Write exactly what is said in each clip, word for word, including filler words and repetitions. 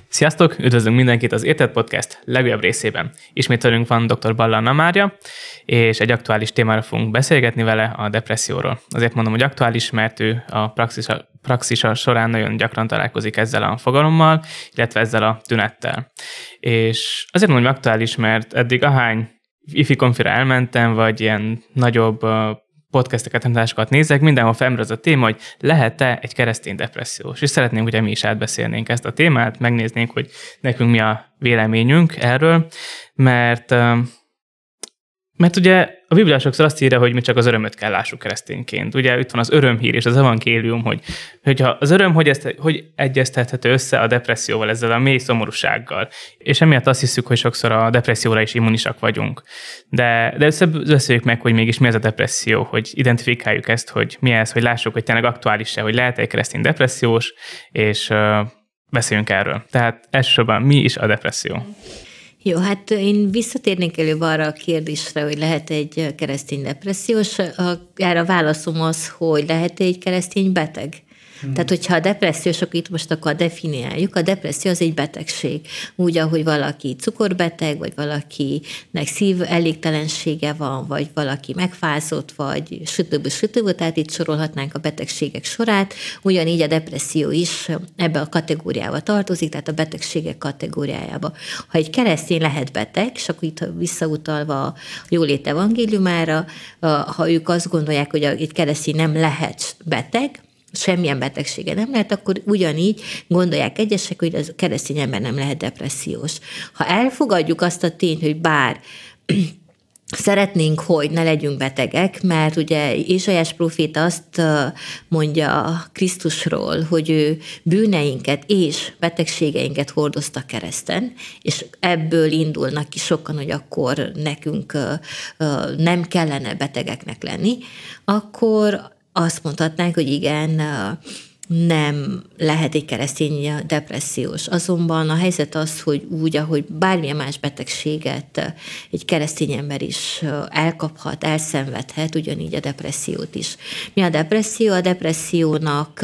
Sziasztok! Üdvözlünk mindenkit az Érted Podcast legújabb részében. Ismét velünk van dr. Balla Anna Mária, és egy aktuális témára fogunk beszélgetni vele, a depresszióról. Azért mondom, hogy aktuális, mert ő a praxisa, praxisa során nagyon gyakran találkozik ezzel a fogalommal, illetve ezzel a tünettel. És azért mondom, hogy aktuális, mert eddig ahány ifi konfira elmentem, vagy ilyen nagyobb podcasteket, tanításokat nézek, mindenhol felmerül az a téma, hogy lehet-e egy keresztény depressziós. És szeretnénk, hogy mi is átbeszélnénk ezt a témát, megnéznénk, hogy nekünk mi a véleményünk erről, mert, mert ugye a Biblia sokszor azt írja, hogy mi csak az örömöt kell lássuk keresztényként. Ugye itt van az örömhír és az evangélium, hogy hogyha az öröm hogy, ezt, hogy egyeztethető össze a depresszióval, ezzel a mély szomorúsággal. És emiatt azt hiszük, hogy sokszor a depresszióra is immunisak vagyunk. De, de összebeszéljük meg, hogy mégis mi ez a depresszió, hogy identifikáljuk ezt, hogy mi ez, hogy lássuk, hogy tényleg aktuális-e, hogy lehet egy keresztény depressziós, és uh, beszéljünk erről. Tehát elsősorban mi is a depresszió? Jó, hát én visszatérnék előbb arra a kérdésre, hogy lehet egy keresztény depressziós. Erre a válaszom az, hogy lehet egy keresztény beteg. Hmm. Tehát, hogyha a depressziós, akkor itt most akkor definiáljuk, a depresszió az egy betegség. Úgy, ahogy valaki cukorbeteg, vagy valakinek szív elégtelensége van, vagy valaki megfázott, vagy sütőből sütőből, tehát itt sorolhatnánk a betegségek sorát. Ugyanígy a depresszió is ebbe a kategóriába tartozik, tehát a betegségek kategóriájába. Ha egy keresztény lehet beteg, és akkor itt visszautalva a Jólét evangéliumára, ha ők azt gondolják, hogy egy keresztény nem lehet beteg, semmilyen betegsége nem lehet, akkor ugyanígy gondolják egyesek, hogy az keresztény ember nem lehet depressziós. Ha elfogadjuk azt a tényt, hogy bár szeretnénk, hogy ne legyünk betegek, mert ugye Ézsaiás próféta azt mondja Krisztusról, hogy ő bűneinket és betegségeinket hordozta kereszten, és ebből indulnak ki sokan, hogy akkor nekünk nem kellene betegeknek lenni, akkor azt mondhatnánk, hogy igen, nem lehet egy keresztény depressziós. Azonban a helyzet az, hogy úgy, ahogy bármilyen más betegséget egy keresztény ember is elkaphat, elszenvedhet, ugyanígy a depressziót is. Mi a depresszió? A depressziónak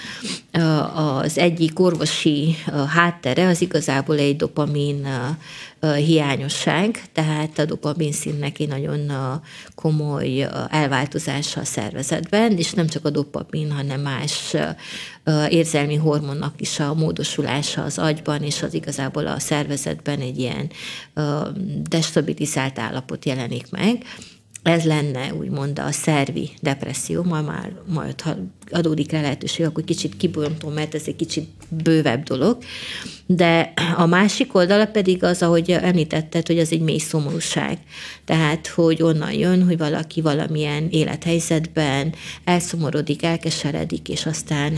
az egyik orvosi háttere az igazából egy dopamin hiányosság, tehát a dopamin szintnek egy nagyon komoly elváltozása a szervezetben, és nem csak a dopamin, hanem más érzelmi hormonnak is a módosulása az agyban, és az igazából a szervezetben egy ilyen destabilizált állapot jelenik meg. Ez lenne úgymond a szervi depresszió, majd már majd, ha adódik rá lehetőség, akkor kicsit kibontom, mert ez egy kicsit bővebb dolog. De a másik oldala pedig az, ahogy említetted, hogy az egy mély szomorúság. Tehát, hogy onnan jön, hogy valaki valamilyen élethelyzetben elszomorodik, elkeseredik, és aztán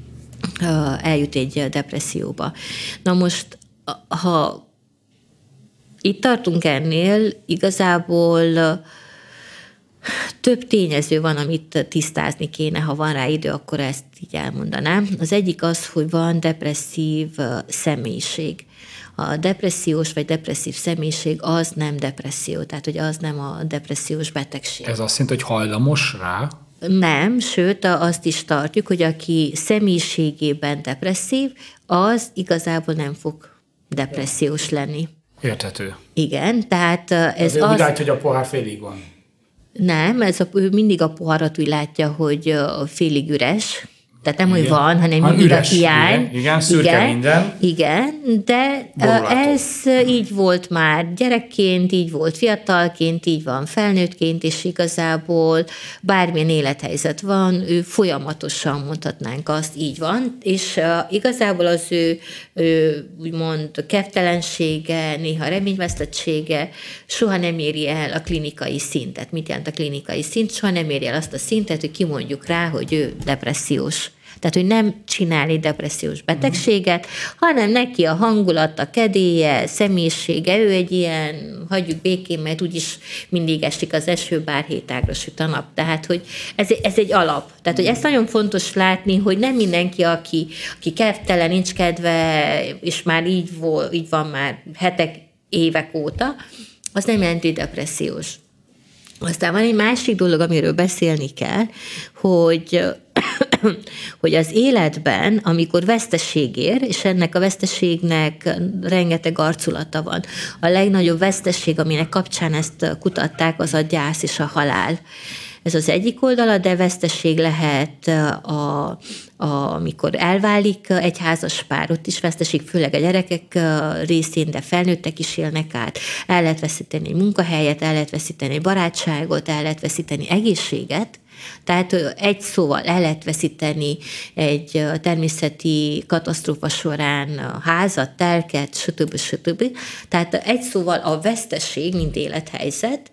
eljut egy depresszióba. Na most, ha itt tartunk ennél, igazából több tényező van, amit tisztázni kéne, ha van rá idő, akkor ezt így elmondanám. Az egyik az, hogy van depresszív személyiség. A depressziós vagy depresszív személyiség az nem depresszió, tehát hogy az nem a depressziós betegség. Ez azt jelenti, hogy hajlamos rá? Nem, sőt azt is tartjuk, hogy aki személyiségében depresszív, az igazából nem fog depressziós lenni. Érthető. Igen, tehát ez az... az... Úgy látja, hogy a pohár félig van. Nem, ez a, ő mindig a poharat úgy látja, hogy félig üres, tehát nem, igen, hogy van, hanem ha mindig üres, a hiány. Igen, igen, szürke igen, minden. Igen, de borulátó. Ez így volt már gyerekként, így volt fiatalként, így van felnőttként, és igazából bármilyen élethelyzet van, ő folyamatosan mondhatnánk azt, így van, és igazából az ő, ő úgymond kedvtelensége, néha reményvesztettsége soha nem éri el a klinikai szintet. Mit jelent a klinikai szint? Soha nem éri el azt a szintet, hogy kimondjuk rá, hogy ő depressziós. Tehát, hogy nem csinál egy depressziós betegséget, hanem neki a hangulat, a kedélye, személyisége, ő egy ilyen, hagyjuk békén, mert úgyis mindig esik az eső, bár hétágra süt a nap. Tehát, hogy ez, ez egy alap. Tehát, hogy ezt nagyon fontos látni, hogy nem mindenki, aki, aki kedvtelen, nincs kedve, és már így, vol, így van már hetek, évek óta, az nem jelenti depressziós. Aztán van egy másik dolog, amiről beszélni kell, hogy hogy az életben, amikor veszteség ér, és ennek a veszteségnek rengeteg arculata van. A legnagyobb veszteség, aminek kapcsán ezt kutatták, az a gyász és a halál. Ez az egyik oldala, de veszteség lehet, a, a, amikor elválik egy házas pár, ott is veszteség, főleg a gyerekek részén, de felnőttek is élnek át. El lehet veszíteni egy munkahelyet, el lehet veszíteni egy barátságot, el lehet veszíteni egészséget. Tehát egy szóval el lehet veszíteni egy természeti katasztrófa során a házat, telket, stb. stb. Tehát egy szóval a veszteség, mint élethelyzet,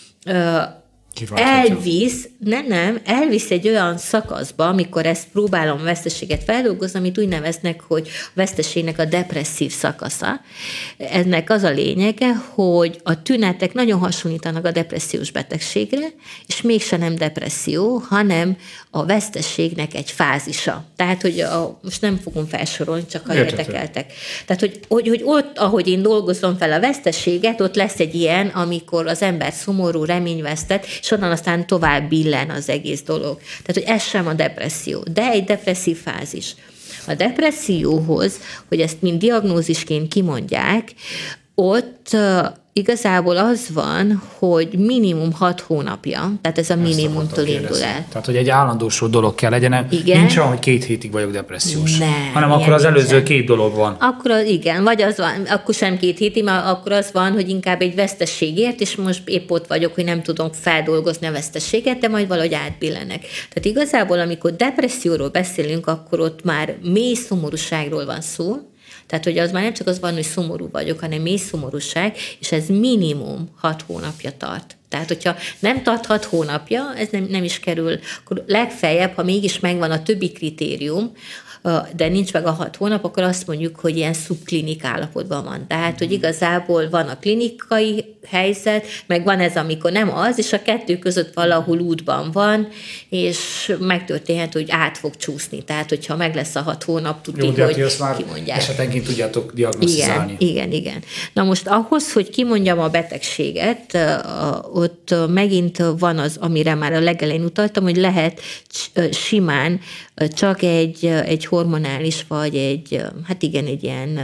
elvisz, nem, nem, elvisz egy olyan szakaszba, amikor ezt próbálom veszteséget feldolgozni, amit úgy neveznek, hogy a veszteségnek a depresszív szakasza. Ennek az a lényege, hogy a tünetek nagyon hasonlítanak a depressziós betegségre, és mégsem nem depresszió, hanem a veszteségnek egy fázisa. Tehát, hogy a, most nem fogom felsorolni, csak ha érdekeltek. Tehát, hogy, hogy, hogy ott, ahogy én dolgozom fel a veszteséget, ott lesz egy ilyen, amikor az ember szomorú, reményvesztett, és onnan aztán tovább billen az egész dolog. Tehát, hogy ez sem a depresszió, de egy depresszív fázis. A depresszióhoz, hogy ezt mind diagnózisként kimondják, ott igazából az van, hogy minimum hat hónapja, tehát ez a minimumtól indul el. Tehát, hogy egy állandósó dolog kell legyen, igen. Nincs olyan, hogy két hétig vagyok depressziós, nem, hanem akkor az előző nincsen. két dolog van. Akkor az, igen, vagy az van, akkor sem két hétig, mert akkor az van, hogy inkább egy veszteségért, és most épp ott vagyok, hogy nem tudom feldolgozni a veszteséget, de majd valahogy átbillenek. Tehát igazából, amikor depresszióról beszélünk, akkor ott már mély szomorúságról van szó. Tehát, hogy az már nem csak az van, hogy szomorú vagyok, hanem mély szomorúság, és ez minimum hat hónapja tart. Tehát, hogyha nem tart hat hónapja, ez nem, nem is kerül, akkor legfeljebb, ha mégis megvan a többi kritérium, de nincs meg a hat hónap, akkor azt mondjuk, hogy ilyen szubklinik állapotban van. Tehát, hogy igazából van a klinikai helyzet, meg van ez, amikor nem az, és a kettő között valahol útban van, és megtörténhet, hogy át fog csúszni. Tehát, hogyha meg lesz a hat hónap, tudjuk, hogy kimondják. Esetenként tudjátok diagnosztizálni. Igen, igen, igen. Na most ahhoz, hogy kimondjam a betegséget, ott megint van az, amire már a legelején utaltam, hogy lehet simán csak egy, egy hormonális, vagy egy, hát igen, egy ilyen,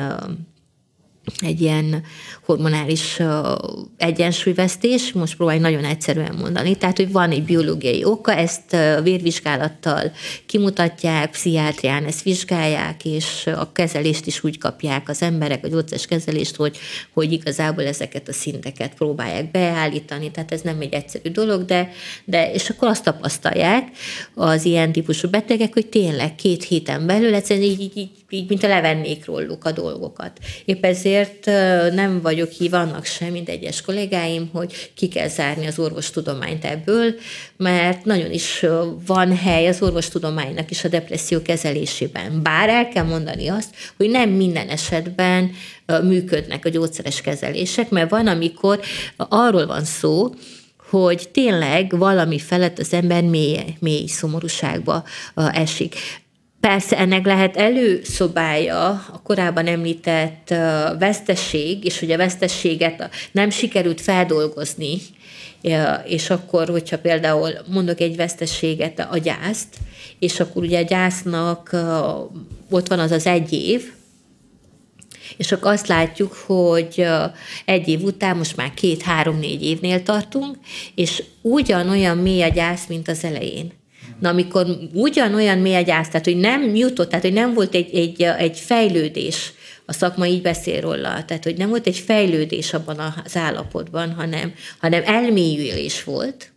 egy ilyen hormonális egyensúlyvesztés, most próbálj nagyon egyszerűen mondani, tehát, hogy van egy biológiai oka, ezt vérvizsgálattal kimutatják, pszichiátrián ezt vizsgálják, és a kezelést is úgy kapják az emberek, a gyógyszeres kezelést, hogy, hogy igazából ezeket a szinteket próbálják beállítani, tehát ez nem egy egyszerű dolog, de, de és akkor azt tapasztalják az ilyen típusú betegek, hogy tényleg két héten belül egyszerűen így, így, így, így mint a levennék róluk a dolgokat. Épp ezért nem vagyok hív annak sem, mint egyes kollégáim, hogy ki kell zárni az orvostudományt ebből, mert nagyon is van hely az orvostudománynak is a depresszió kezelésében. Bár el kell mondani azt, hogy nem minden esetben működnek a gyógyszeres kezelések, mert van, amikor arról van szó, hogy tényleg valami felett az ember mély, mély szomorúságba esik. Persze ennek lehet előszobája a korábban említett veszteség, és hogy a vesztességet nem sikerült feldolgozni, és akkor, hogyha például mondok egy vesztességet, a gyászt, és akkor ugye a gyásznak ott van az az egy év, és akkor azt látjuk, hogy egy év után most már két, három, négy évnél tartunk, és ugyanolyan mély a gyász, mint az elején. Na, amikor ugyanolyan mély a gyász, tehát hogy nem jutott, tehát hogy nem volt egy, egy, egy fejlődés, a szakma így beszél róla, tehát hogy nem volt egy fejlődés abban az állapotban, hanem, hanem elmélyülés volt,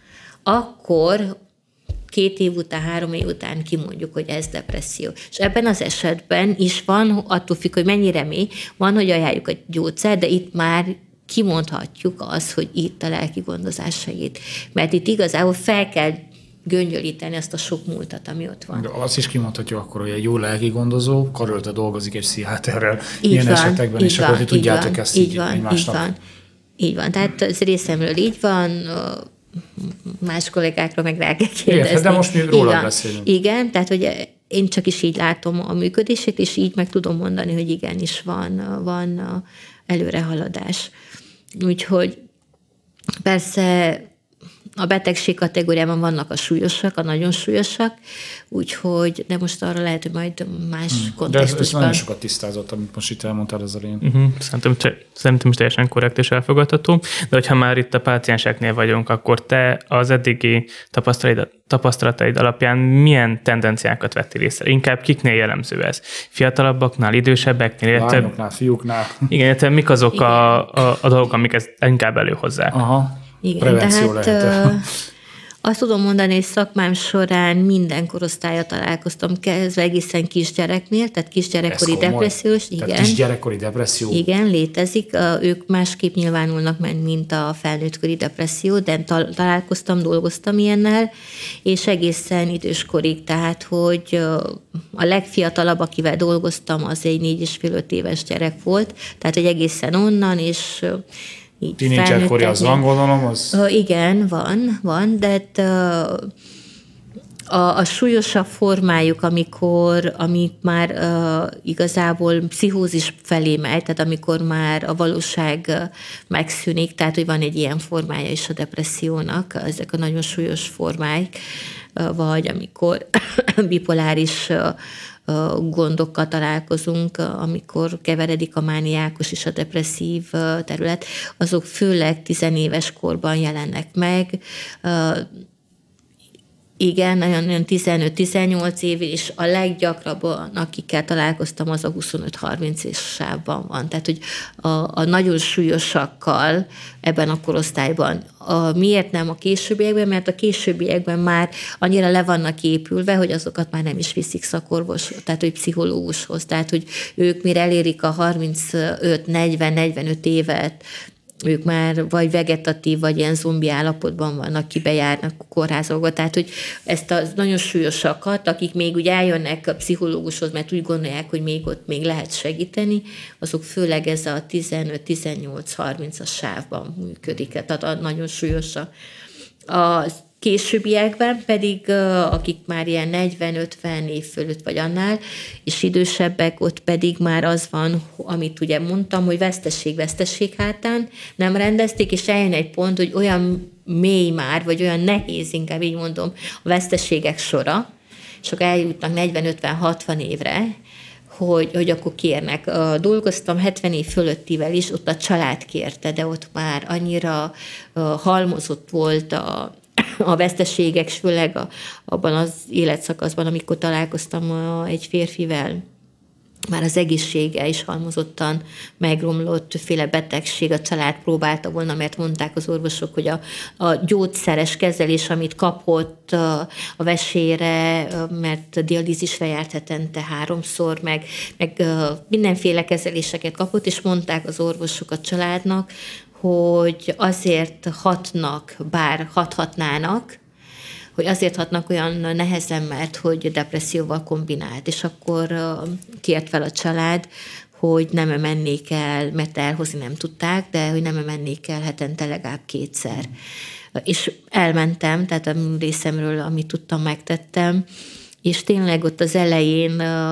akkor két év után, három év után kimondjuk, hogy ez depresszió. És ebben az esetben is van, attól függ, hogy mennyire mély, van, hogy ajánljuk a gyógyszer, de itt már kimondhatjuk azt, hogy itt a lelki gondozás segít. Mert itt igazából fel kell göngyölíteni azt a sok múltat, ami ott van. De azt is kimondhatjuk akkor, hogy egy jó lelki gondozó karöltve dolgozik egy pszichiáterrel így ilyen van, esetekben, és van, akkor hogy tudjátok van, ezt így így van, egymásnak. Így van, így van. Tehát az részemről így van, más kollégákra meg rá kell kérdezni. Érted, de most mi rólad beszélünk. Igen, tehát hogy én csak is így látom a működését, és így meg tudom mondani, hogy igenis van, van előrehaladás. Úgyhogy persze a betegség kategóriában vannak a súlyosak, a nagyon súlyosak, úgyhogy, de most arra lehet, hogy majd más hmm. kontextusban. De ez, ez nagyon sokat tisztázott, amit most itt elmondtál az elején. Uh-huh. Szerintem, szerintem is teljesen korrekt és elfogadható, de hogyha már itt a pácienseknél vagyunk, akkor te az eddigi tapasztalataid, tapasztalataid alapján milyen tendenciákat vettél észre? Inkább kiknél jellemző ez? Fiatalabbaknál, idősebbeknél? Lányoknál, fiúknál. Igen, illetve mik azok a, a, a dolgok, amik ezt inkább előhozzák? Aha. Igen, Prevenció tehát lehet. azt tudom mondani, hogy szakmám során minden korosztálya találkoztam, kezdve egészen kisgyereknél, tehát kisgyerekkori depressziós. Igen. Tehát kisgyerekkori depresszió. Igen, létezik. Ők másképp nyilvánulnak meg, mint a felnőttkori depresszió, de találkoztam, dolgoztam ilyennel, és egészen időskorig, tehát hogy a legfiatalabb, akivel dolgoztam, az egy négy és fél öt éves gyerek volt, tehát hogy egészen onnan, és tínédzserkori az van, gondolom? Az... Uh, igen, van, van, de uh, a, a súlyosabb formájuk, amikor, amik már uh, igazából pszichózis felé megy, tehát amikor már a valóság uh, megszűnik, tehát hogy van egy ilyen formája is a depressziónak, ezek a nagyon súlyos formák, uh, vagy amikor bipoláris uh, gondokkal találkozunk, amikor keveredik a mániákos és a depresszív terület, azok főleg tizenéves korban jelennek meg. Igen, olyan tizenöt-tizennyolc év, és a leggyakrabban, akikkel találkoztam, az a huszonöt-harminc éves sávban van. Tehát, hogy a, a nagyon súlyosakkal ebben a korosztályban. A, miért nem a későbbiekben? Mert a későbbiekben már annyira le vannak épülve, hogy azokat már nem is viszik szakorvos, tehát hogy pszichológushoz. Tehát, hogy ők mire elérik a harmincöt, negyven, negyvenöt évet, ők már vagy vegetatív, vagy ilyen zombi állapotban vannak, kibejárnak kórházokba. Tehát, hogy ezt a nagyon súlyosakat, akik még úgy eljönnek a pszichológushoz, mert úgy gondolják, hogy még ott még lehet segíteni, azok főleg ez a tizenöt-tizennyolc-harmincas sávban működik. Tehát a nagyon súlyos a, a későbbiekben pedig, akik már ilyen negyven-ötven év fölött vagy annál, és idősebbek, ott pedig már az van, amit ugye mondtam, hogy veszteség-veszteség hátán nem rendezték, és eljön egy pont, hogy olyan mély már, vagy olyan nehéz, inkább így mondom, a veszteségek sora, és akkor eljutnak negyven-ötven-hatvan évre, hogy, hogy akkor kérnek. Dolgoztam hetven év fölöttivel is, ott a család kérte, de ott már annyira halmozott volt a a veszteségek, főleg a, abban az életszakaszban, amikor találkoztam a, egy férfivel, már az egészsége is halmozottan megromlott, féle betegség, a család próbálta volna, mert mondták az orvosok, hogy a, a gyógyszeres kezelés, amit kapott a, a vesére, mert dialízisre járt hetente háromszor, meg, meg mindenféle kezeléseket kapott, és mondták az orvosok a családnak, hogy azért hatnak, bár hathatnának, hogy azért hatnak olyan nehezen, mert hogy depresszióval kombinált, és akkor kért fel a család, hogy nem mennék el, mert elhozni nem tudták, de hogy nem mennék el hetente legalább kétszer. És elmentem, tehát a részemről, amit tudtam, megtettem, és tényleg ott az elején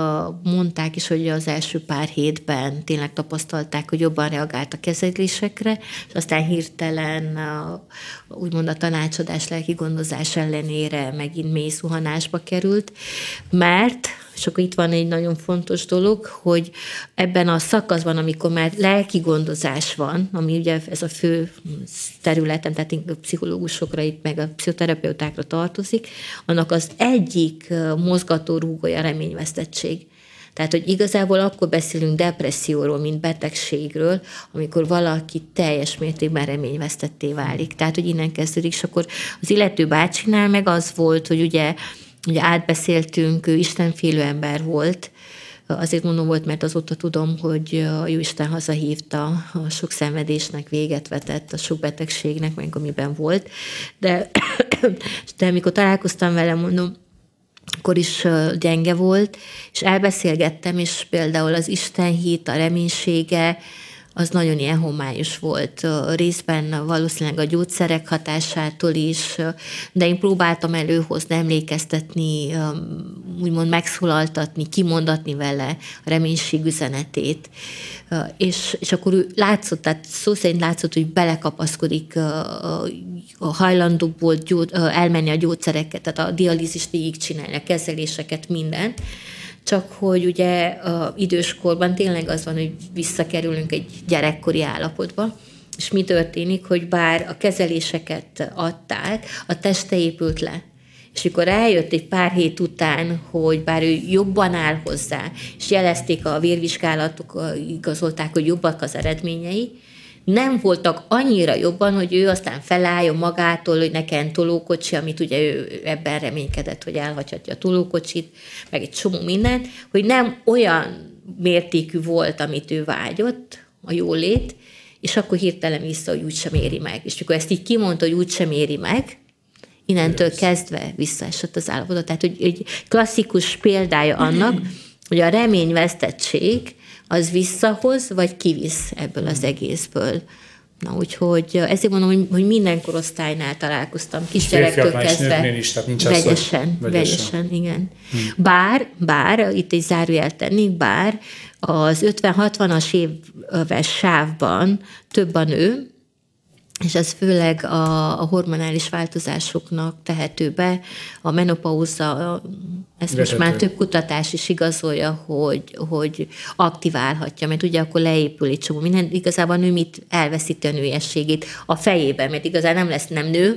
mondták is, hogy az első pár hétben tényleg tapasztalták, hogy jobban reagált a kezelésekre, és aztán hirtelen úgymond a tanácsadás, lelki gondozás ellenére megint mély zuhanásba került, mert, és akkor itt van egy nagyon fontos dolog, hogy ebben a szakaszban, amikor már lelki gondozás van, ami ugye ez a fő területem, tehát a pszichológusokra, itt meg a pszichoterapeutákra tartozik, annak az egyik mozgatórúgója reményvesztettség. Tehát, hogy igazából akkor beszélünk depresszióról, mint betegségről, amikor valaki teljes mértékben reményvesztetté válik. Tehát, hogy innen kezdődik, és akkor az illető bácsinál meg az volt, hogy ugye, ugye átbeszéltünk, ő istenfélő ember volt, azért mondom volt, mert azóta tudom, hogy a Jóisten hazahívta, a sok szenvedésnek véget vetett, a sok betegségnek, meg amiben volt. De, de amikor találkoztam vele, mondom, akkor is gyenge volt, és elbeszélgettem, és például az Isten hit, a reménysége, az nagyon ilyen homályos volt. Részben valószínűleg a gyógyszerek hatásától is, de én próbáltam előhozni, emlékeztetni, úgymond megszólaltatni, kimondatni vele a reménység üzenetét. És, és akkor ő látszott, tehát szó szerint látszott, hogy belekapaszkodik, a hajlandó volt gyógy, elmenni a gyógyszereket, tehát a dialízist végigcsinálni, a kezeléseket, mindent. Csak hogy ugye a időskorban tényleg az van, hogy visszakerülünk egy gyerekkori állapotba, és mi történik, hogy bár a kezeléseket adták, a teste épült le. És amikor eljött egy pár hét után, hogy bár ő jobban áll hozzá, és jelezték a vérvizsgálatok, igazolták, hogy jobbak az eredményei, nem voltak annyira jobban, hogy ő aztán felálljon magától, hogy ne kelljen tolókocsi, amit ugye ő ebben reménykedett, hogy elhagyhatja a tolókocsit, meg egy csomó mindent, hogy nem olyan mértékű volt, amit ő vágyott, a jólét, és akkor hirtelen vissza, hogy úgysem éri meg. És akkor ezt így kimondta, hogy úgysem éri meg, innentől yes. kezdve visszaesett az állapota. Tehát, hogy egy klasszikus példája annak, hogy a reményvesztettség az visszahoz, vagy kivisz ebből az egészből. Na, úgyhogy ezért mondom, hogy minden korosztálynál találkoztam, kisgyerektől kezdve. Is, tehát nincs vegyesen, az, vegyesen, vegyesen, igen. Hmm. Bár, bár, itt egy zárójelt tennék, bár az ötven-hatvanas éves sávban több a nő, és ez főleg a, a hormonális változásoknak tehető be, a menopauza, ezt most már több kutatás is igazolja, hogy, hogy aktiválhatja, mert ugye akkor leépül egy csomó minden, igazából a nő mit elveszíti a nőiességét a fejében, mert igazán nem lesz nem nő,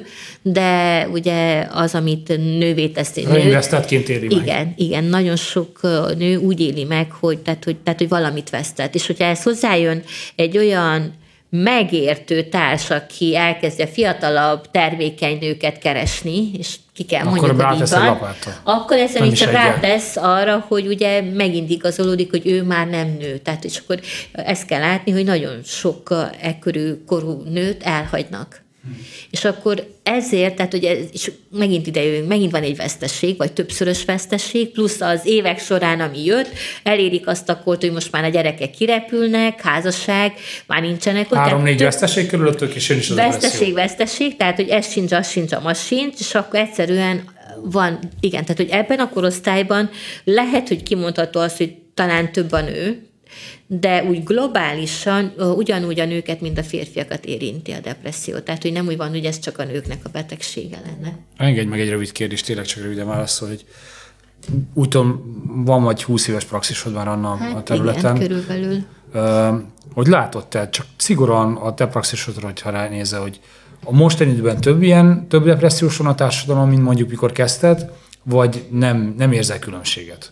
de ugye az, amit nővé tesz egy nő. Reinvesztettként éli meg. Igen, igen, nagyon sok nő úgy éli meg, hogy, tehát, hogy, tehát, hogy valamit vesztett. És hogyha ez hozzájön egy olyan megértő társ, aki elkezdi a fiatalabb, termékeny nőket keresni, és ki kell akkor mondjuk, hogy így van, akkor ez még csak rátesz arra, hogy ugye megint igazolódik, hogy ő már nem nő. Tehát, és akkor ezt kell látni, hogy nagyon sok ekkörű korú nőt elhagynak. Hmm. És akkor ezért, tehát ugye, és megint ide jövünk, megint van egy vesztesség, vagy többszörös vesztesség, plusz az évek során, ami jött, elérik azt a kort, hogy most már a gyerekek kirepülnek, házasság, már nincsenek ott. Három-négy vesztesség körülöttük, és jön is az vesztesség, vesztesség, tehát hogy ez sincs, az sincs, az sincs, és akkor egyszerűen van, igen, tehát hogy ebben a korosztályban lehet, hogy kimondható az, hogy talán több a nő, de úgy globálisan ugyanúgy a nőket, mint a férfiakat érinti a depresszió. Tehát, hogy nem úgy van, hogy ez csak a nőknek a betegsége lenne. Engedj meg egy rövid kérdést, tényleg csak röviden válaszol, hogy úgy tudom, van vagy húsz éves praxisod már annak hát a területen. Igen, körülbelül. Uh, hogy látod te, csak szigorúan a te praxisodra, hogyha ránézel, hogy a mostani időben több ilyen, több depressziós van a társadalom, mint mondjuk mikor kezdted, vagy nem, nem érzel különbséget?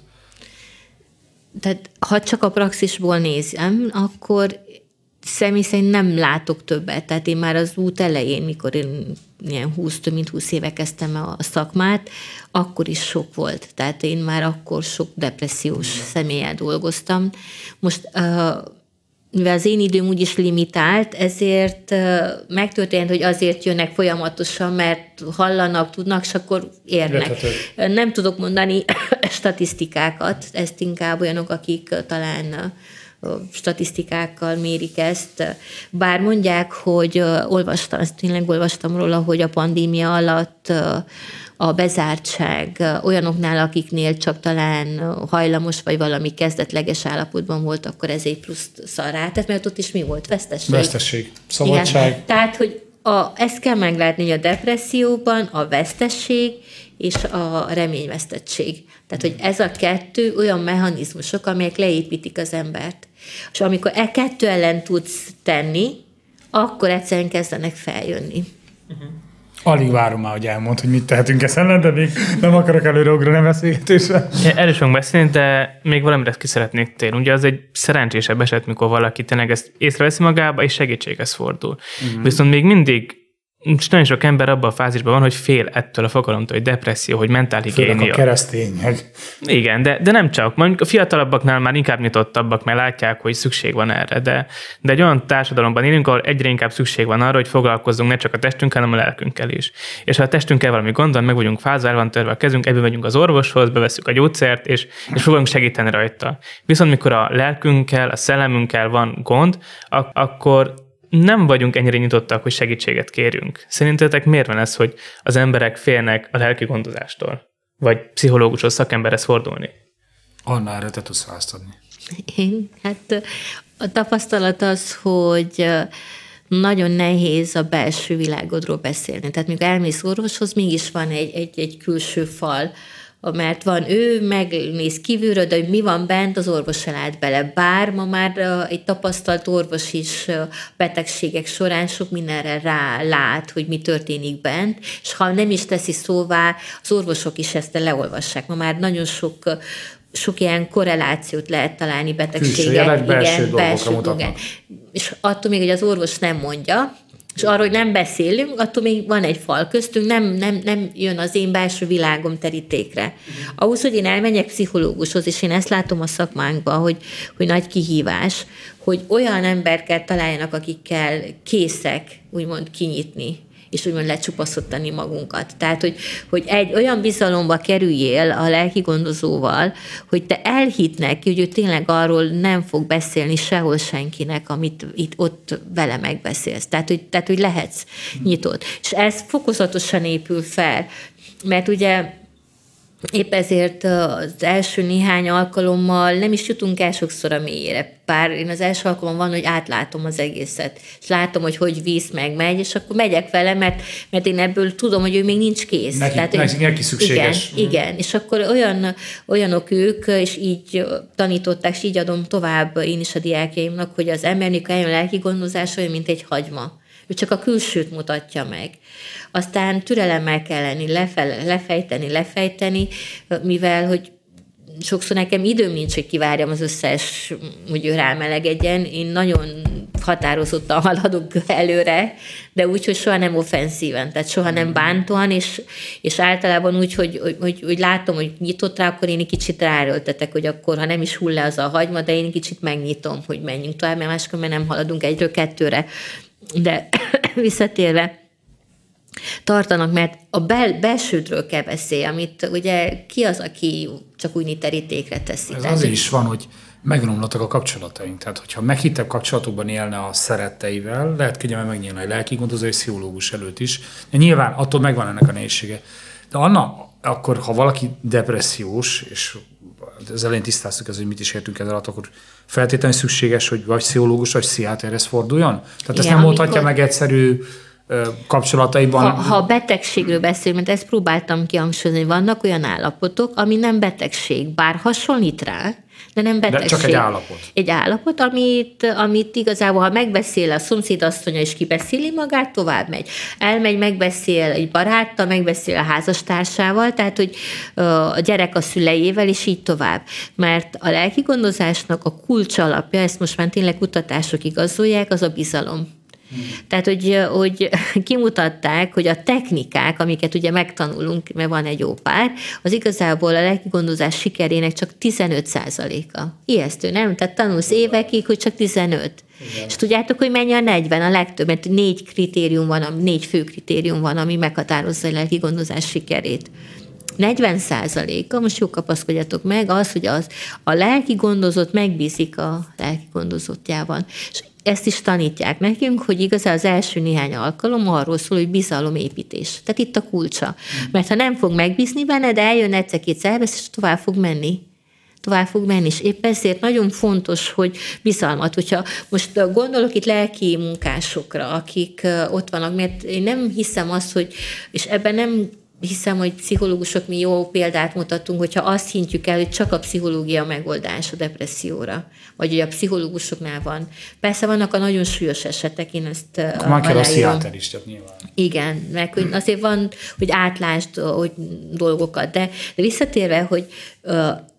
Tehát ha csak a praxisból nézem, akkor személy szerint nem látok többet. Tehát én már az út elején, mikor én ilyen húsz, több mint húsz éve kezdtem a szakmát, akkor is sok volt. Tehát én már akkor sok depressziós személlyel dolgoztam. Most mivel az én időm úgyis limitált, ezért megtörtént, hogy azért jönnek folyamatosan, mert hallanak, tudnak, és akkor érnek. Érthető. Nem tudok mondani statisztikákat, ezt inkább olyanok, akik talán statisztikákkal mérik ezt. Bár mondják, hogy olvastam, ezt tényleg olvastam róla, hogy a pandémia alatt a bezártság olyanoknál, akiknél csak talán hajlamos, vagy valami kezdetleges állapotban volt, akkor ez egy pluszt szar rá. Tehát mert ott is mi volt? Vesztesség. Vesztesség. Szabadság. Igen. Tehát, hogy a, ezt kell meglátni, hogy a depresszióban a vesztesség és a reményvesztettség. Tehát, hogy ez a kettő olyan mechanizmusok, amelyek leépítik az embert. És amikor e kettő ellen tudsz tenni, akkor egyszerűen kezdenek feljönni. Uh-huh. Alig várom már, hogy elmond, hogy mit tehetünk ezt ellen, de még nem akarok előre a beszélgetésre. Erről is fogunk beszélni, de még valamire ki szeretnék térni. Ugye az egy szerencsésebb eset, mikor valaki tényleg ezt észreveszi magába, és segítséghez fordul. Uh-huh. Viszont még mindig nagyon sok ember abban a fázisban van, hogy fél ettől a fogalomtól, hogy depresszió, hogy mentálhigiénia. Főleg a keresztények. Igen, de, de nem csak. Mondjuk a fiatalabbaknál már inkább nyitottabbak, mert látják, hogy szükség van erre. De, de egy olyan társadalomban élünk, ahol egyre inkább szükség van arra, hogy foglalkozzunk ne csak a testünkkel, hanem a lelkünkkel is. És ha a testünkkel valami gond van, meg vagyunk fázva, el van törve a kezünk, ebből megyünk az orvoshoz, bevesszük a gyógyszert, és, és fogunk segíteni rajta. Viszont mikor a lelkünkkel, a szellemünkkel van gond, ak- akkor nem vagyunk ennyire nyitottak, hogy segítséget kérjünk. Szerintetek miért van ez, hogy az emberek félnek a lelki gondozástól? Vagy pszichológushoz, szakemberhez fordulni? Anna, erre te tudsz választ adni. Én, hát a tapasztalat az, hogy nagyon nehéz a belső világodról beszélni. Tehát mikor elmész orvoshoz, mégis van egy, egy, egy külső fal, mert van ő, megnéz kívülről, de hogy mi van bent, az orvos se lát bele. Bár ma már egy tapasztalt orvos is betegségek során sok mindenre rálát, hogy mi történik bent, és ha nem is teszi szóvá, az orvosok is ezt leolvassák. Ma már nagyon sok sok ilyen korrelációt lehet találni betegségek. Igen, belső belső dolgokra. És attól még, hogy az orvos nem mondja, és arról, hogy nem beszélünk, attól még van egy fal köztünk, nem, nem, nem jön az én belső világom terítékre. Ahhoz, hogy én elmenjek pszichológushoz, és én ezt látom a szakmánkban, hogy, hogy nagy kihívás, hogy olyan embereket találjanak, akikkel készek úgymond kinyitni, és úgymond lecsupaszítani magunkat. Tehát, hogy, hogy egy olyan bizalomba kerüljél a lelki gondozóval, hogy te elhidd neki, hogy ő tényleg arról nem fog beszélni sehol senkinek, amit itt ott vele megbeszélsz. Tehát, hogy, tehát, hogy lehetsz nyitott. És ez fokozatosan épül fel, mert ugye épp ezért az első néhány alkalommal nem is jutunk el sokszor a mélyére. Bár én az első alkalommal van, hogy átlátom az egészet, és látom, hogy hogy víz meg megy, és akkor megyek vele, mert, mert én ebből tudom, hogy ő még nincs kész. Neki, Tehát, neki, neki szükséges. Igen, igen, és akkor olyan, olyanok ők, és így tanították, és így adom tovább én is a diákjaimnak, hogy az embernek a lelki gondozás olyan, mint egy hagyma. Ő csak a külsőt mutatja meg. Aztán türelemmel kell lenni, lefele, lefejteni, lefejteni, mivel, hogy sokszor nekem időm nincs, hogy kivárjam az összes, hogy ő rámelegedjen. Én nagyon határozottan haladok előre, de úgy, hogy soha nem offenszíven, tehát soha nem bántóan, és, és általában úgy, hogy, hogy, hogy, hogy látom, hogy nyitott rá, akkor én egy kicsit ráerőltetek, hogy akkor, ha nem is hull le az a hagyma, de én egy kicsit megnyitom, hogy menjünk tovább, mert máskor nem haladunk egyről kettőre. De visszatérve, tartanak, mert a bel, belsődről kell beszélni, amit ugye ki az, aki csak úgy terítékre teszi. Ez Tehát, azért is van, hogy megromlottak a kapcsolataink. Tehát, hogyha meghittebb kapcsolatokban élne a szeretteivel, lehet kegyelme megnyílna egy lelki gondozó és pszichológus előtt is. De nyilván attól megvan ennek a nehézsége. De Anna, akkor ha valaki depressziós, és az elején tisztáztuk ezt, hogy mit is értünk ezzel alatt, akkor feltétlenül szükséges, hogy vagy pszichológus, vagy pszichiáterhez forduljon? Tehát igen, ezt nem amikor... mondhatja meg egyszerű kapcsolataiban. Ha, ha betegségről beszélünk, mert ezt próbáltam kihangsúlyozni, vannak olyan állapotok, ami nem betegség, bár hasonlít rá, de nem betegség. De csak egy állapot. Egy állapot, amit, amit igazából, ha megbeszél a szomszédasszonya, és kibeszéli magát, tovább megy. Elmegy, megbeszél egy baráttal, megbeszél a házastársával, tehát, hogy a gyerek a szüleiével, és így tovább. Mert a lelki gondozásnak a kulcs alapja, ezt most már tényleg kutatások igazolják, az a bizalom. Tehát, hogy, hogy kimutatták, hogy a technikák, amiket ugye megtanulunk, mert van egy jó pár, az igazából a lelki gondozás sikerének csak tizenöt százaléka. Ijesztő, nem? Tehát tanulsz évekig, hogy csak tizenöt. Igen. És tudjátok, hogy mennyi a negyven, a legtöbb, mert négy kritérium van, négy fő kritérium van, ami meghatározza a lelki gondozás sikerét. negyven százaléka, most jó kapaszkodjatok meg, az, hogy az, a lelki gondozott megbízik a lelki gondozottjában. És ezt is tanítják nekünk, hogy igazán az első néhány alkalom arról szól, hogy bizalomépítés. Tehát itt a kulcsa. Mert ha nem fog megbízni benned, eljön egyszer-kétszer elvesz, és tovább fog menni. Tovább fog menni, és épp ezért nagyon fontos, hogy bizalmat, hogyha most gondolok itt lelki munkásokra, akik ott vannak, mert én nem hiszem azt, hogy, és ebben nem hiszem, hogy pszichológusok mi jó példát mutatunk, hogyha azt hintjük el, hogy csak a pszichológia megoldás a depresszióra, vagy hogy a pszichológusoknál van. Persze vannak a nagyon súlyos esetek, én ezt már kell a pszichiáter is, tehát nyilván. Igen, meg hogy azért van, hogy átlásd hogy dolgokat, de, de visszatérve, hogy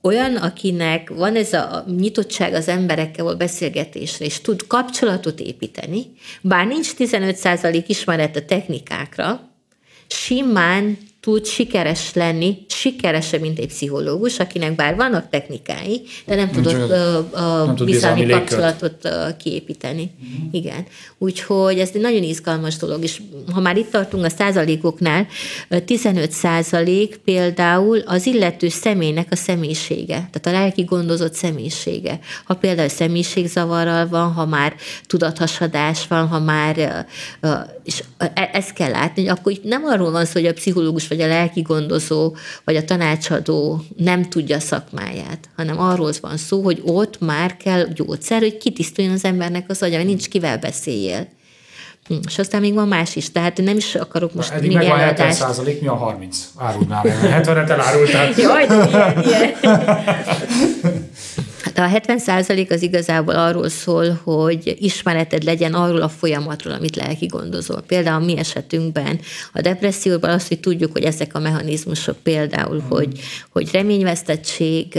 olyan, akinek van ez a nyitottság az emberekkel való beszélgetésre, és tud kapcsolatot építeni, bár nincs tizenöt százalék ismeret a technikákra, simán tud sikeres lenni, sikeresebb, mint egy pszichológus, akinek bár vannak technikái, de nem tudott a, a bizalmi kapcsolatot kiépíteni. Mm. Igen. Úgyhogy ez egy nagyon izgalmas dolog, és ha már itt tartunk a százalékoknál, tizenöt százalék például az illető személynek a személyisége, tehát a lelki gondozott személyisége. Ha például személyiségzavarral van, ha már tudathasadás van, ha már, és ezt kell látni, hogy akkor itt nem arról van szó, hogy a pszichológus vagy a lelki gondozó, vagy a tanácsadó nem tudja a szakmáját, hanem arról van szó, hogy ott már kell gyógyszer, hogy kitisztuljon az embernek az agya, hogy nincs kivel beszéljél. És aztán még van más is, tehát nem is akarok most eddig meg van hetven százalék, mi a harminc? Áruld már meg. hetvenet elárultál. Jaj, ilyen, ilyen. Hát a hetven százalék az igazából arról szól, hogy ismereted legyen arról a folyamatról, amit lelki gondozol. Például a mi esetünkben a depresszióban azt, hogy tudjuk, hogy ezek a mechanizmusok például, hmm. hogy, hogy reményvesztettség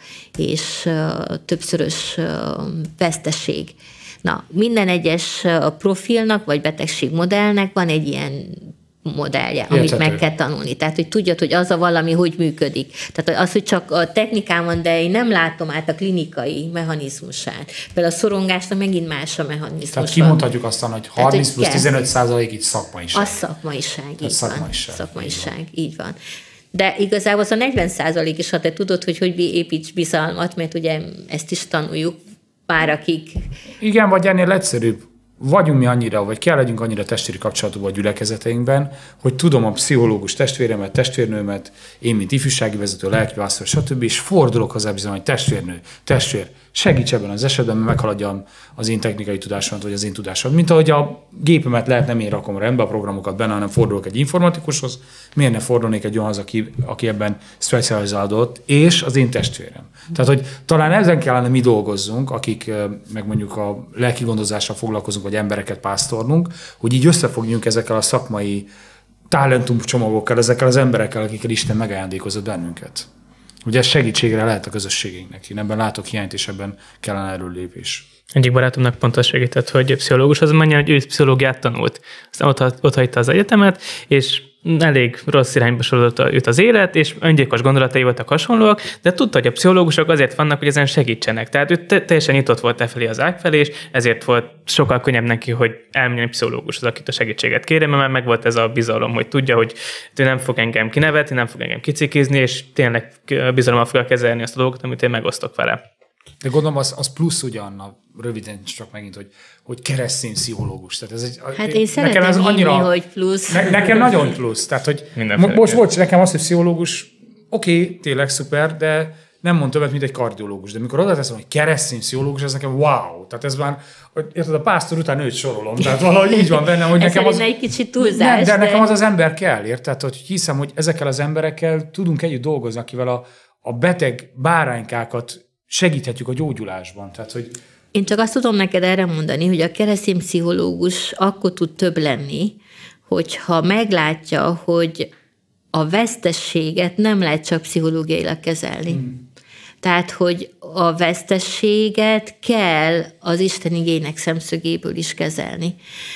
és többszörös veszteség. Na, minden egyes profilnak vagy betegségmodellnek van egy ilyen modellje, amit Értető. meg kell tanulni. Tehát, hogy tudjad, hogy az a valami, hogy működik. Tehát az, hogy csak a technikán van, de én nem látom át a klinikai mechanizmusát. Például a szorongásnak megint más a mechanizmus. Tehát kimondhatjuk aztán, hogy harminc plusz tizenöt százalék így szakmaiság. Az szakmaiság, így szakmaiság, van. Szakmaiság, így van. így van. De igazából az a negyven százalék is, ha te tudod, hogy hogy építs bizalmat, mert ugye ezt is tanuljuk pár, akik... Igen, vagy ennél egyszerűbb. Vagyunk mi annyira, vagy kell legyünk annyira testvéri kapcsolatban a gyülekezeteinkben, hogy tudom a pszichológus testvéremet, testvérnőmet, én, mint ifjúsági vezető, lelkiválasztó, stb. És fordulok hozzá bizony, hogy testvérnő, testvér, segíts ebben az esetben, mert meghaladjam az én technikai tudásomat, vagy az én tudásom. Mint ahogy a gépemet lehet, nem én rakom rendbe a programokat benne, hanem fordulok egy informatikushoz, miért ne fordulnék egy olyanhoz, aki, aki ebben specializálódott, és az én testvérem. Tehát, hogy talán ezen kellene mi dolgozzunk, akik meg mondjuk a lelki gondozással foglalkozunk, vagy embereket pásztornunk, hogy így összefogjunk ezekkel a szakmai talentum csomagokkal, ezekkel az emberekkel, akikkel Isten megajándékozott bennünket. Ugye ez segítségre lehet a közösségünknek. Én ebben látok hiányt, és ebben kellene erőlépés. Egyik barátomnak pont azt segített, hogy pszichológus, az mondja, hogy ő pszichológiát tanult. Aztán ott, ott hagyta az egyetemet, és elég rossz irányba sorozott őt az élet, és öngyilkos gondolatai voltak hasonlóak, de tudta, hogy a pszichológusok azért vannak, hogy ezen segítsenek. Tehát ő teljesen nyitott volt e felé az ág felé, és ezért volt sokkal könnyebb neki, hogy elmenjen egy pszichológushoz, akit a segítséget kérje, mert meg volt ez a bizalom, hogy tudja, hogy ő nem fog engem kinevetni, nem fog engem kicikizni, és tényleg bizalommal fogja kezelni azt a dolgot, amit én megosztok vele. De gondolom, az, az plusz ugyan, röviden csak megint, hogy, hogy keresztény pszichológus. Tehát ez egy, hát én szeretem ez hinni, annyira, hogy plusz. Ne, nekem nagyon plusz. Tehát, hogy most volt nekem az, hogy pszichológus, oké, okay, tényleg szuper, de nem mond többet, mint egy kardiológus. De mikor oda teszem, hogy keresztény pszichológus, ez nekem wow. Tehát ez már, érted, a pásztor után őt sorolom. Tehát valahogy így van bennem, hogy nekem az... egy kicsit túlzás. Nem, de, de nekem az az ember kell, érted? Hogy hiszem, hogy ezekkel az emberekkel tudunk együtt dolgozni, akivel a, a beteg báránykákat segíthetjük a gyógyulásban. Tehát, hogy... Én csak azt tudom neked erre mondani, hogy a keresztény pszichológus akkor tud több lenni, hogyha meglátja, hogy a vesztességet nem lehet csak pszichológiailag kezelni. Hmm. Tehát, hogy a vesztességet kell az Isten igének szemszögéből is kezelni.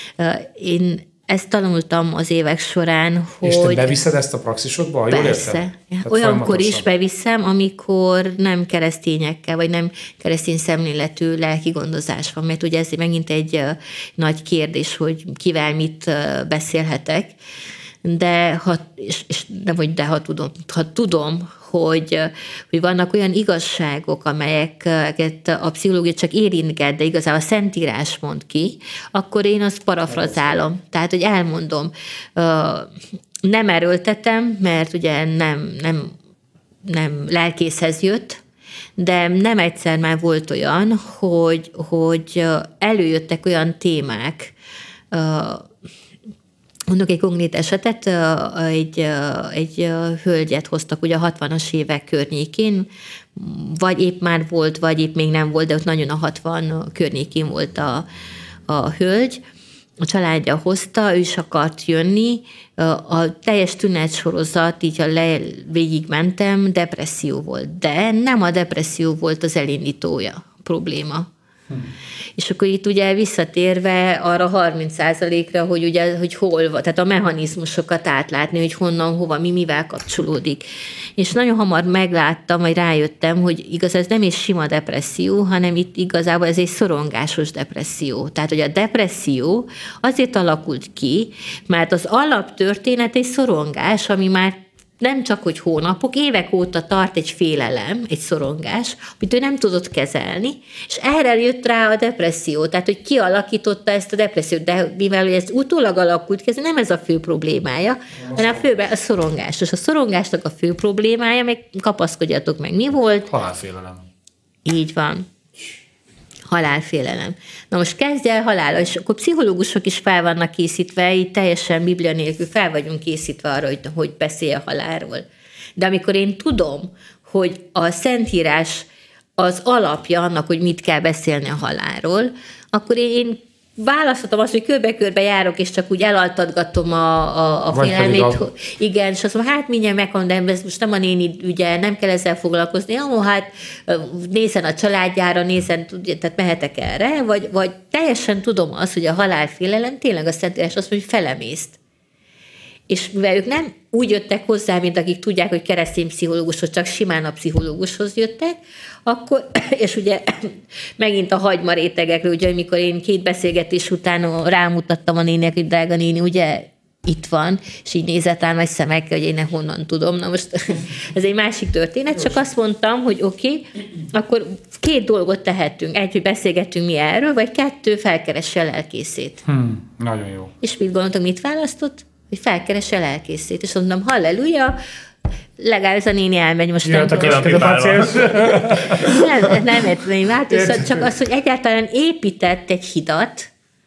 Én ezt tanultam az évek során, hogy... És te beviszed ezt a praxisodba, ha jól értem? Olyankor is beviszem, amikor nem keresztényekkel, vagy nem keresztény szemléletű lelki gondozás van, mert ugye ez megint egy nagy kérdés, hogy kivel mit beszélhetek, de ha, és, és nem, hogy de ha tudom, ha tudom, hogy, hogy vannak olyan igazságok, amelyeket a pszichológia csak érintget, de igazából a Szentírás mond ki, akkor én azt parafrazálom. Tehát, hogy elmondom, nem erőltetem, mert ugye nem, nem, nem lelkészhez jött, de nem egyszer már volt olyan, hogy, hogy előjöttek olyan témák, mondok egy konkrét esetet, egy, egy hölgyet hoztak ugye a hatvanas évek környékén, vagy épp már volt, vagy épp még nem volt, de ott nagyon a hatvan környékén volt a, a hölgy, a családja hozta, ő is akart jönni, a teljes tünetsorozat, így ha le, végigmentem, depresszió volt, de nem a depresszió volt az elindítója, a probléma. Hmm. És akkor itt ugye visszatérve arra harminc százalékra, hogy ugye, hogy hol van, tehát a mechanizmusokat átlátni, hogy honnan, hova, mi, mivel kapcsolódik. És nagyon hamar megláttam, vagy rájöttem, hogy igaz, ez nem egy sima depresszió, hanem itt igazából ez egy szorongásos depresszió. Tehát, hogy a depresszió azért alakult ki, mert az alaptörténet egy szorongás, ami már nem csak, hogy hónapok, évek óta tart egy félelem, egy szorongás, amit ő nem tudott kezelni, és erre jött rá a depresszió, tehát, hogy kialakította ezt a depressziót, de mivel ez utólag alakult ki, ez nem ez a fő problémája, hanem a főben a szorongás. És a szorongásnak a fő problémája, meg kapaszkodjatok meg, mi volt? Halálfélelem. Így van. Halálfélelem. Na most kezdj el halála, és akkor pszichológusok is fel vannak készítve, így teljesen Biblia nélkül fel vagyunk készítve arra, hogy, hogy beszélj a halálról. De amikor én tudom, hogy a Szentírás az alapja annak, hogy mit kell beszélni a halálról, akkor én választhatom azt, hogy körbe-körbe járok, és csak úgy elaltatgatom a, a, a félelmét. A... Igen, és azt mondom, hát mindjárt megmondom, de ez most nem a néni ügye, nem kell ezzel foglalkozni. Jó, hát nézzen a családjára, nézzen, tehát mehetek erre, vagy, vagy teljesen tudom azt, hogy a halálfélelem tényleg a Szentírás azt mondja, hogy felemészt. És mivel ők nem úgy jöttek hozzá, mint akik tudják, hogy keresztény pszichológushoz, csak simán a pszichológushoz jöttek, akkor, és ugye megint a hagyma rétegekről, ugye, amikor én két beszélgetés után rámutattam a néninek, hogy drága néni, ugye itt van, és így nézett rám nagy szemekkel, hogy én honnan tudom. Na most ez egy másik történet, csak azt mondtam, hogy oké, okay, akkor két dolgot tehetünk. Egy, hogy beszélgetünk mi erről, vagy kettő, felkeresse a lelkészét. Hmm, nagyon jó. És mit gondoltok, mit választott? Hogy felkeresse a lelkészét. És mondom, halleluja, legalább ez a néni elmegy most. Jött a következő páciens. Nem, nem értem, változtat, csak az, hogy egyáltalán épített egy hidat,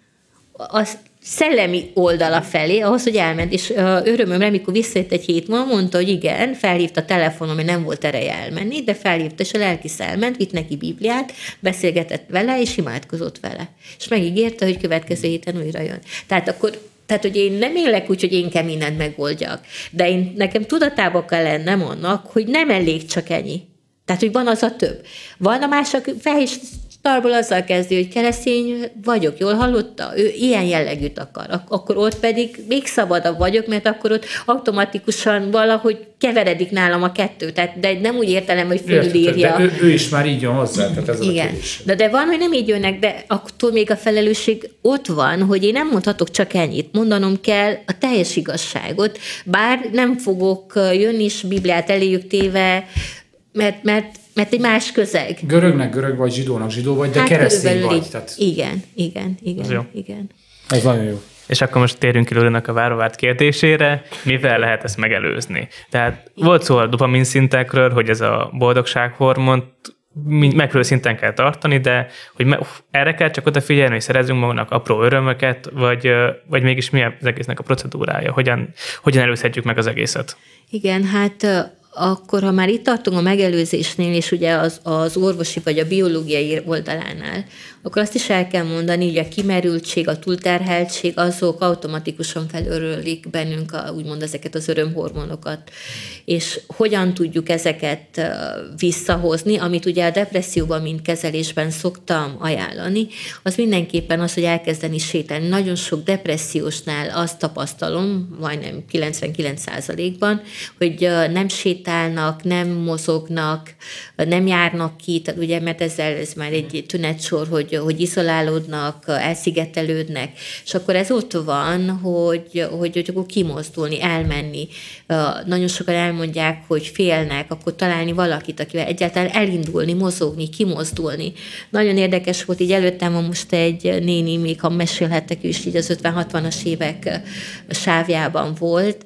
az szellemi oldala felé, ahhoz, hogy elment. És örömömre, amikor visszajött egy hét múlva, mondta, hogy igen, felhívta a telefonon, mert nem volt ereje elmenni, de felhívta, és a lelkész elment, vitt neki Bibliát, beszélgetett vele, és imádkozott vele. És megígérte, hogy következő héten újra jön. Tehát akkor Tehát, hogy én nem élek úgy, hogy én kell mindent megoldjak, de én, nekem tudatában kell lennem annak, hogy nem elég csak ennyi. Tehát, hogy van az a több. Van a másik felhívás tarból azzal kezdi, hogy keresztény vagyok, jól hallotta? Ő ilyen jellegűt akar. Ak- akkor ott pedig még szabadabb vagyok, mert akkor ott automatikusan valahogy keveredik nálam a kettő. Tehát, de nem úgy értelem, hogy fölírja. De ő, ő is már így jön hozzá. Tehát ez igen. De, de van, hogy nem így jönnek, de attól még a felelősség ott van, hogy én nem mondhatok csak ennyit. Mondanom kell a teljes igazságot, bár nem fogok jönni és Bibliát eléjük téve, mert, mert mert egy más közeg. Görögnek görög vagy, zsidónak zsidó vagy, de hát keresztény vagy. Tehát... Igen, igen, igen, igen. Ez nagyon jó. És akkor most térjünk ki Lórinak a várovárt kérdésére, mivel lehet ezt megelőzni. Tehát volt szó a dopamin szintekről, hogy ez a boldogsághormont megfelelő szinten kell tartani, de hogy erre kell csak odafigyelni, hogy szerezzünk magunknak apró örömöket, vagy, vagy mégis mi az egésznek a procedúrája? Hogyan, hogyan előzhetjük meg az egészet? Igen, hát akkor, ha már itt tartunk a megelőzésnél, és ugye az, az orvosi vagy a biológiai oldalánál, akkor azt is el kell mondani, hogy a kimerültség, a túlterheltség, azok automatikusan felörölik bennünk a, úgymond ezeket az örömhormonokat. És hogyan tudjuk ezeket visszahozni, amit ugye a depresszióban, mint kezelésben szoktam ajánlani, az mindenképpen az, hogy elkezdeni sétálni. Nagyon sok depressziósnál azt tapasztalom, majdnem kilencvenkilenc százalékban, hogy nem sétálnak, nem mozognak, nem járnak ki, tehát ugye, mert ezzel ez már egy tünetsor, hogy hogy izolálódnak, elszigetelődnek, és akkor ez ott van, hogy, hogy, hogy akkor kimozdulni, elmenni. Nagyon sokan elmondják, hogy félnek, akkor találni valakit, akivel egyáltalán elindulni, mozogni, kimozdulni. Nagyon érdekes volt, így előttem van most egy néni, még ha mesélhettek, ő is így az ötven-hatvanas évek sávjában volt,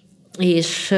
és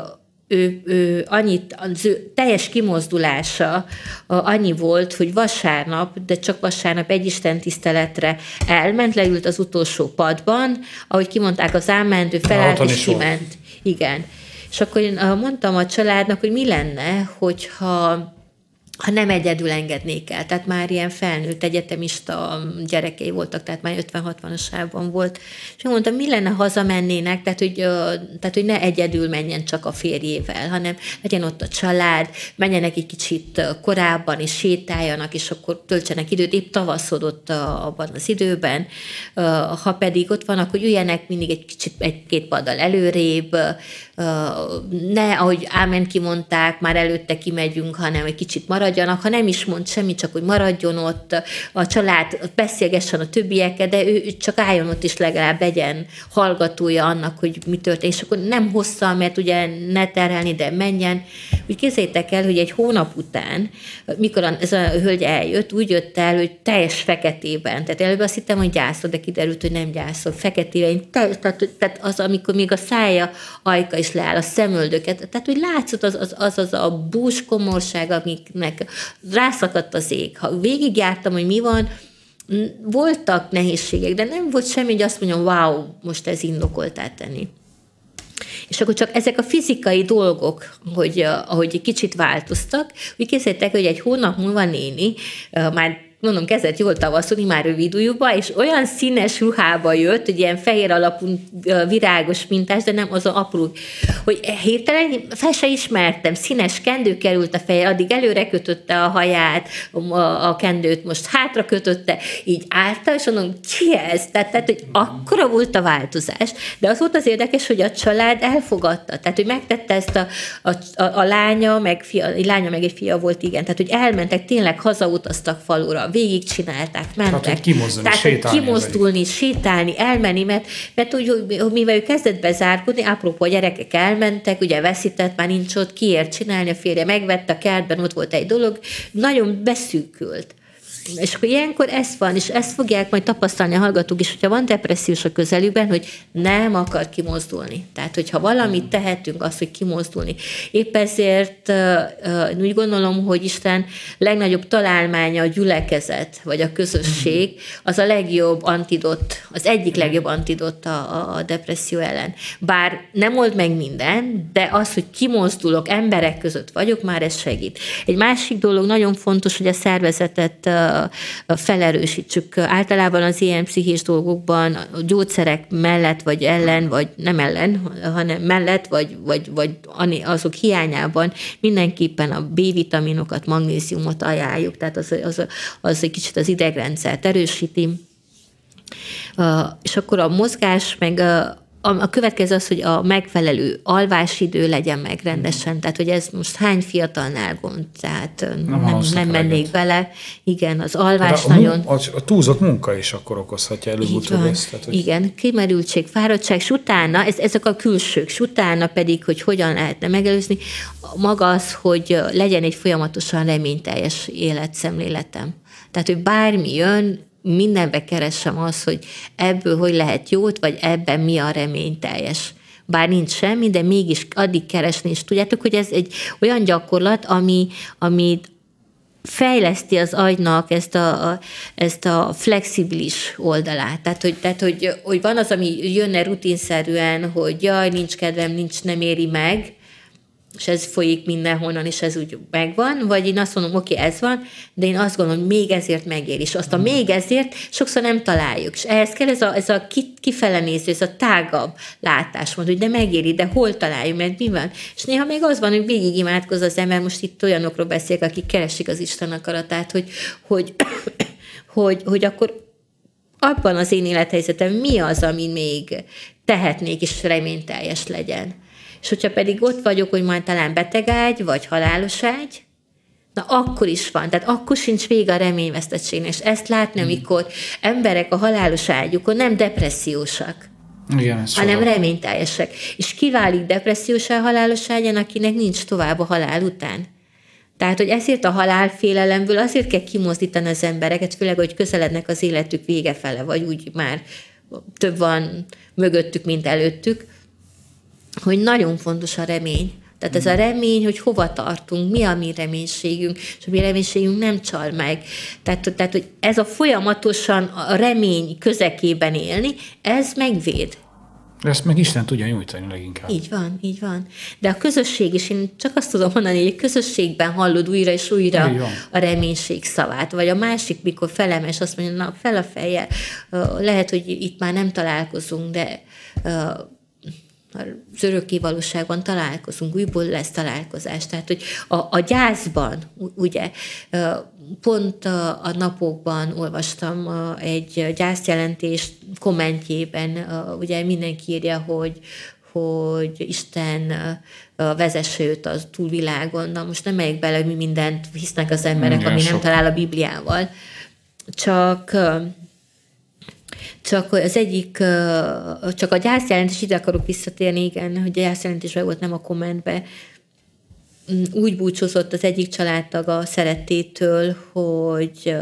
Ő, ő annyit, az ő teljes kimozdulása annyi volt, hogy vasárnap, de csak vasárnap egy istentiszteletre elment, leült az utolsó padban, ahogy kimondták az áment, ő felállt és kiment. Igen. És akkor én mondtam a családnak, hogy mi lenne, hogyha ha nem egyedül engednék el. Tehát már ilyen felnőtt egyetemista gyerekei voltak, tehát már ötven-hatvanasában volt. És mondtam, mi lenne, hazamennének, tehát hogy, tehát, hogy ne egyedül menjen csak a férjével, hanem legyen ott a család, menjenek egy kicsit korábban, és sétáljanak, és akkor töltsenek időt, épp tavaszodott abban az időben. Ha pedig ott vannak, hogy üljenek mindig egy kicsit, egy-két paddal előrébb, ne, ahogy ámen kimondták, már előtte kimegyünk, hanem egy kicsit maradjanak, ha nem is mond semmit, csak hogy maradjon ott, a család beszélgessen a többiekkel, de ő csak álljon ott is, legalább legyen hallgatója annak, hogy mi történik, és akkor nem hosszan, mert ugye ne terhelni, de menjen. Úgy képzeljétek el, hogy egy hónap után, mikor ez a hölgy eljött, úgy jött el, hogy teljes feketében, tehát előbb azt hittem, hogy gyászol, de kiderült, hogy nem gyászol, feketében, tehát, tehát az, amikor még a szája, ajka is leáll, a szemöldöket, tehát hogy látszott az az, az, az a bús komorság, amiknek rászakadt az ég. Ha végigjártam, hogy mi van, voltak nehézségek, de nem volt semmi, hogy azt mondjam, wow, most ez indokoltát tenni. És akkor csak ezek a fizikai dolgok, hogy ahogy kicsit változtak, úgy képzeljétek, hogy egy hónap múlva néni már mondom, kezdett jól tavaszolni, már rövid ujjúba, és olyan színes ruhába jött, hogy ilyen fehér alapú virágos mintás, de nem az a apró, hogy hirtelen fel se ismertem, színes kendő került a fejére, addig előre kötötte a haját, a, a kendőt most hátra kötötte, így állta, és mondom, ki ez? Tehát, tehát, hogy akkora volt a változás, de az volt az érdekes, hogy a család elfogadta, tehát, hogy megtette ezt a, a, a, a lánya, meg fia, a lánya, meg egy fia volt, igen, tehát, hogy elmentek, tényleg hazautaztak falura, végigcsinálták, mentek. Tehát, hogy kimozdulni, Tehát, sétálni. Kimozdulni, sétálni, elmenni, mert, mert úgy, hogy mivel ő kezdett bezárkódni, apropó a gyerekek elmentek, ugye veszített, már nincs ott, kiért csinálni, a férje megvette, a kertben ott volt egy dolog, nagyon beszűkült. És akkor ilyenkor ez van, és ezt fogják majd tapasztalni a hallgatók is, hogyha van depressziós a közelükben, hogy nem akar kimozdulni. Tehát, hogyha valamit tehetünk, az, hogy kimozdulni. Épp ezért uh, úgy gondolom, hogy Isten legnagyobb találmánya a gyülekezet, vagy a közösség, az a legjobb antidot, az egyik legjobb antidot a, a depresszió ellen. Bár nem old meg minden, de az, hogy kimozdulok, emberek között vagyok, már ez segít. Egy másik dolog nagyon fontos, hogy a szervezetet felerősítsük. Általában az ilyen pszichés dolgokban a gyógyszerek mellett, vagy ellen, vagy nem ellen, hanem mellett, vagy, vagy, vagy azok hiányában mindenképpen a B-vitaminokat, magnéziumot ajánljuk, tehát az, az, az egy kicsit az idegrendszert erősíti. És akkor a mozgás, meg a A következő az, hogy a megfelelő alvásidő legyen meg rendesen, tehát hogy ez most hány fiatalnál gond, tehát nem, nem, nem mennék bele. Igen, az alvás a, nagyon... A, a túlzott munka is akkor okozhatja előbb-utóbb ezt. Tehát, hogy... Igen, kimerültség, fáradtság, és utána, ez, ezek a külsők, és utána pedig, hogy hogyan lehetne megelőzni, maga az, hogy legyen egy folyamatosan reményteljes életszemléletem. Tehát, hogy bármi jön, mindenbe keressem azt, hogy ebből hogy lehet jót, vagy ebben mi a reményteljes. Bár nincs semmi, de mégis addig keresni, és tudjátok, hogy ez egy olyan gyakorlat, ami, ami fejleszti az agynak ezt a, a, ezt a flexibilis oldalát. Tehát, hogy, tehát hogy, hogy van az, ami jönne rutinszerűen, hogy jaj, nincs kedvem, nincs, nem éri meg, és ez folyik mindenhonnan, és ez úgy megvan, vagy én azt mondom, oké, okay, ez van, de én azt gondolom, hogy még ezért megér, és azt a még ezért sokszor nem találjuk, és ehhez kell ez a, ez a kifele néző, ez a tágabb látásmód, hogy de megéri, de hol találjuk, mert mi van, és néha még az van, hogy végig imádkoz az ember, most itt olyanokról beszélek, akik keresik az Isten akaratát, hogy, hogy, hogy, hogy akkor abban az én élethelyzetem mi az, ami még tehetnék, és reményteljes legyen. És hogyha pedig ott vagyok, hogy majd talán betegágy, vagy halálos ágy, na akkor is van, tehát akkor sincs vége a reményvesztettségnek. És ezt látni, amikor emberek a halálos ágyukon nem depressziósak, igen, hanem soha. reményteljesek. És kiválik depressziós a halálos ágyon, akinek nincs tovább a halál után. Tehát, hogy ezért a halálfélelemből azért kell kimozdítani az embereket, főleg, hogy közelednek az életük vége fele, vagy úgy már több van mögöttük, mint előttük, hogy nagyon fontos a remény. Tehát ez a remény, hogy hova tartunk, mi a mi reménységünk, és a mi reménységünk nem csal meg. Tehát, tehát hogy ez a folyamatosan a remény közekében élni, ez megvéd. Ezt meg Isten tudja nyújtani leginkább. Így van, így van. De a közösség is, én csak azt tudom mondani, hogy a közösségben hallod újra és újra a reménység szavát, vagy a másik, mikor felemes, azt mondja, na, fel a fejjel, lehet, hogy itt már nem találkozunk, de az örökké valóságban találkozunk, újból lesz találkozás. Tehát, hogy a, a gyászban, ugye, pont a, a napokban olvastam egy gyászjelentés kommentjében, ugye mindenki írja, hogy, hogy Isten vezesse őt a túlvilágon. Na most nem megyek bele, hogy mi mindent hisznek az emberek, ami nem talál a Bibliával. Csak... Csak az egyik, csak a gyászjelentés, ide akarok visszatérni, igen, hogy a gyászjelentésben volt, nem a kommentben. Úgy búcsúzott az egyik családtag a szerettétől, hogy,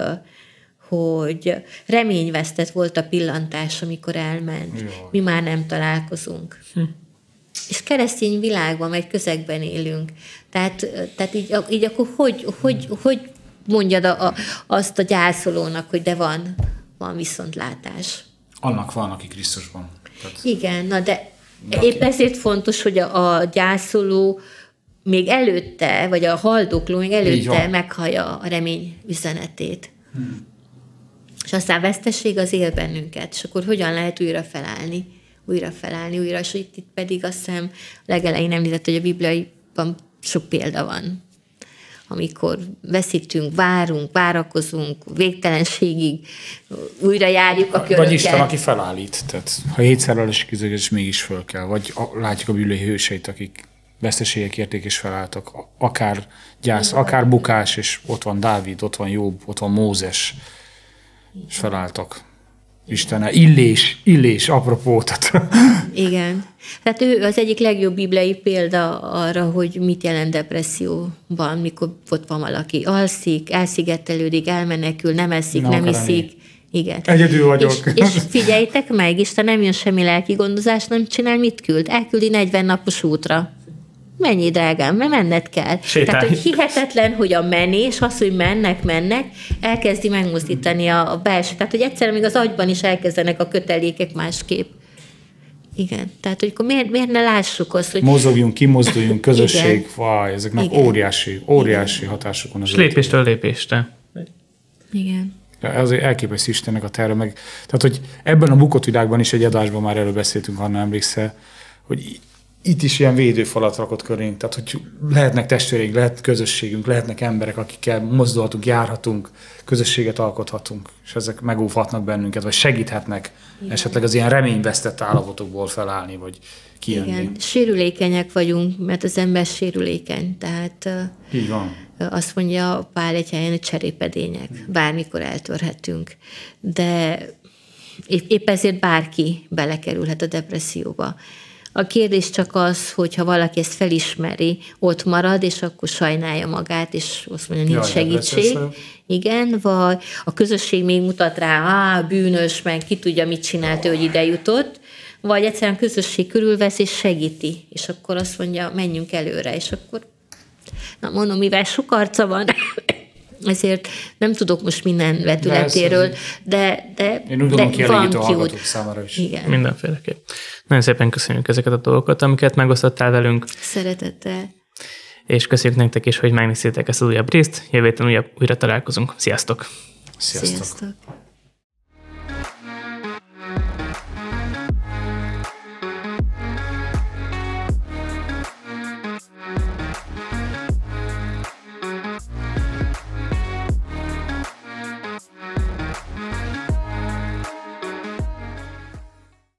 hogy reményvesztett volt a pillantás, amikor elment. Jaj. Mi már nem találkozunk. Hm. És keresztény világban, egy közegben élünk. Tehát, tehát így, így akkor hogy, hogy, hogy mondjad a, a, azt a gyászolónak, hogy de van, van viszontlátás. Annak van, aki Krisztusban. Tehát... Igen, na de Daki. Épp ezért fontos, hogy a, a gyászoló még előtte, vagy a haldokló még előtte meghallja a remény üzenetét. Hmm. És aztán vesztesség az él bennünket, és akkor hogyan lehet újra felállni, újra felállni, újra, és itt, itt pedig azt hiszem legelején említett, hogy a Bibliaiban sok példa van, amikor veszítünk, várunk, várakozunk, végtelenségig újra járjuk a körökkel. Vagy Isten, aki felállít. Tehát, ha hétszerrel esik, és mégis föl kell. Vagy látjuk a bibliai hőseit, akik veszteségek érték és felálltak. Akár gyász, akár bukás, és ott van Dávid, ott van Jobb, ott van Mózes, és felálltak. Istennel. Illés, Illés, apropótat. Igen. Tehát ő az egyik legjobb bibliai példa arra, hogy mit jelent depresszióban, mikor ott van valaki. Alszik, elszigetelődik, elmenekül, nem eszik, nem, nem iszik. Igen. Egyedül vagyok. És, és figyeljétek meg, Isten nem jön semmi lelki gondozás, nem csinál, mit küld? Elküldi negyven napos útra. Mennyi, drágám, mert menned kell. Sétálj. Tehát, hogy hihetetlen, hogy a menés, az, hogy mennek, mennek, elkezdi megmozdítani a, a belső. Tehát, hogy egyszerűen még az agyban is elkezdenek a kötelékek másképp. Igen. Tehát, hogy akkor miért, miért ne lássuk azt, hogy... Mozogjunk, kimozduljunk, közösség, vaj, ezeknek igen. óriási, óriási igen. hatásuk van az lépéstől lépésre. Igen. Azért elképesztő Istennek a terve, meg... Tehát, hogy ebben a bukott világban is egy adásban már erről beszéltünk, Hanna, emlékszel, hogy itt is ilyen védőfalat rakott körénk, tehát hogy lehetnek testvéreink, lehet közösségünk, lehetnek emberek, akikkel mozdulhatunk, járhatunk, közösséget alkothatunk, és ezek megóvhatnak bennünket, vagy segíthetnek igen. esetleg az ilyen reményvesztett állapotokból felállni, vagy kijönni. Igen, sérülékenyek vagyunk, mert az ember sérülékeny, tehát így van. Azt mondja Pál egy helyen, hogy cserépedények, bármikor eltörhetünk, de épp ezért bárki belekerülhet a depresszióba. A kérdés csak az, hogyha valaki ezt felismeri, ott marad, és akkor sajnálja magát, és azt mondja, nincs Jaj, segítség. Igen, vagy a közösség még mutat rá, á, bűnös, meg ki tudja, mit csinált ő, hogy ide jutott, vagy egyszerűen a közösség körülvesz, és segíti, és akkor azt mondja, menjünk előre, és akkor, na mondom, mivel sok arca van, ezért nem tudok most minden vetületéről, de, de, én úgy gondolom, kielégít a hallgatók számára is. Igen. Mindenféleképp. Nagyon szépen köszönjük ezeket a dolgokat, amiket megosztottál velünk. Szeretettel. És köszönjük nektek is, hogy megnéztétek ezt az újabb részt. Jövő héten újabb, újra találkozunk. Sziasztok! Sziasztok! Sziasztok.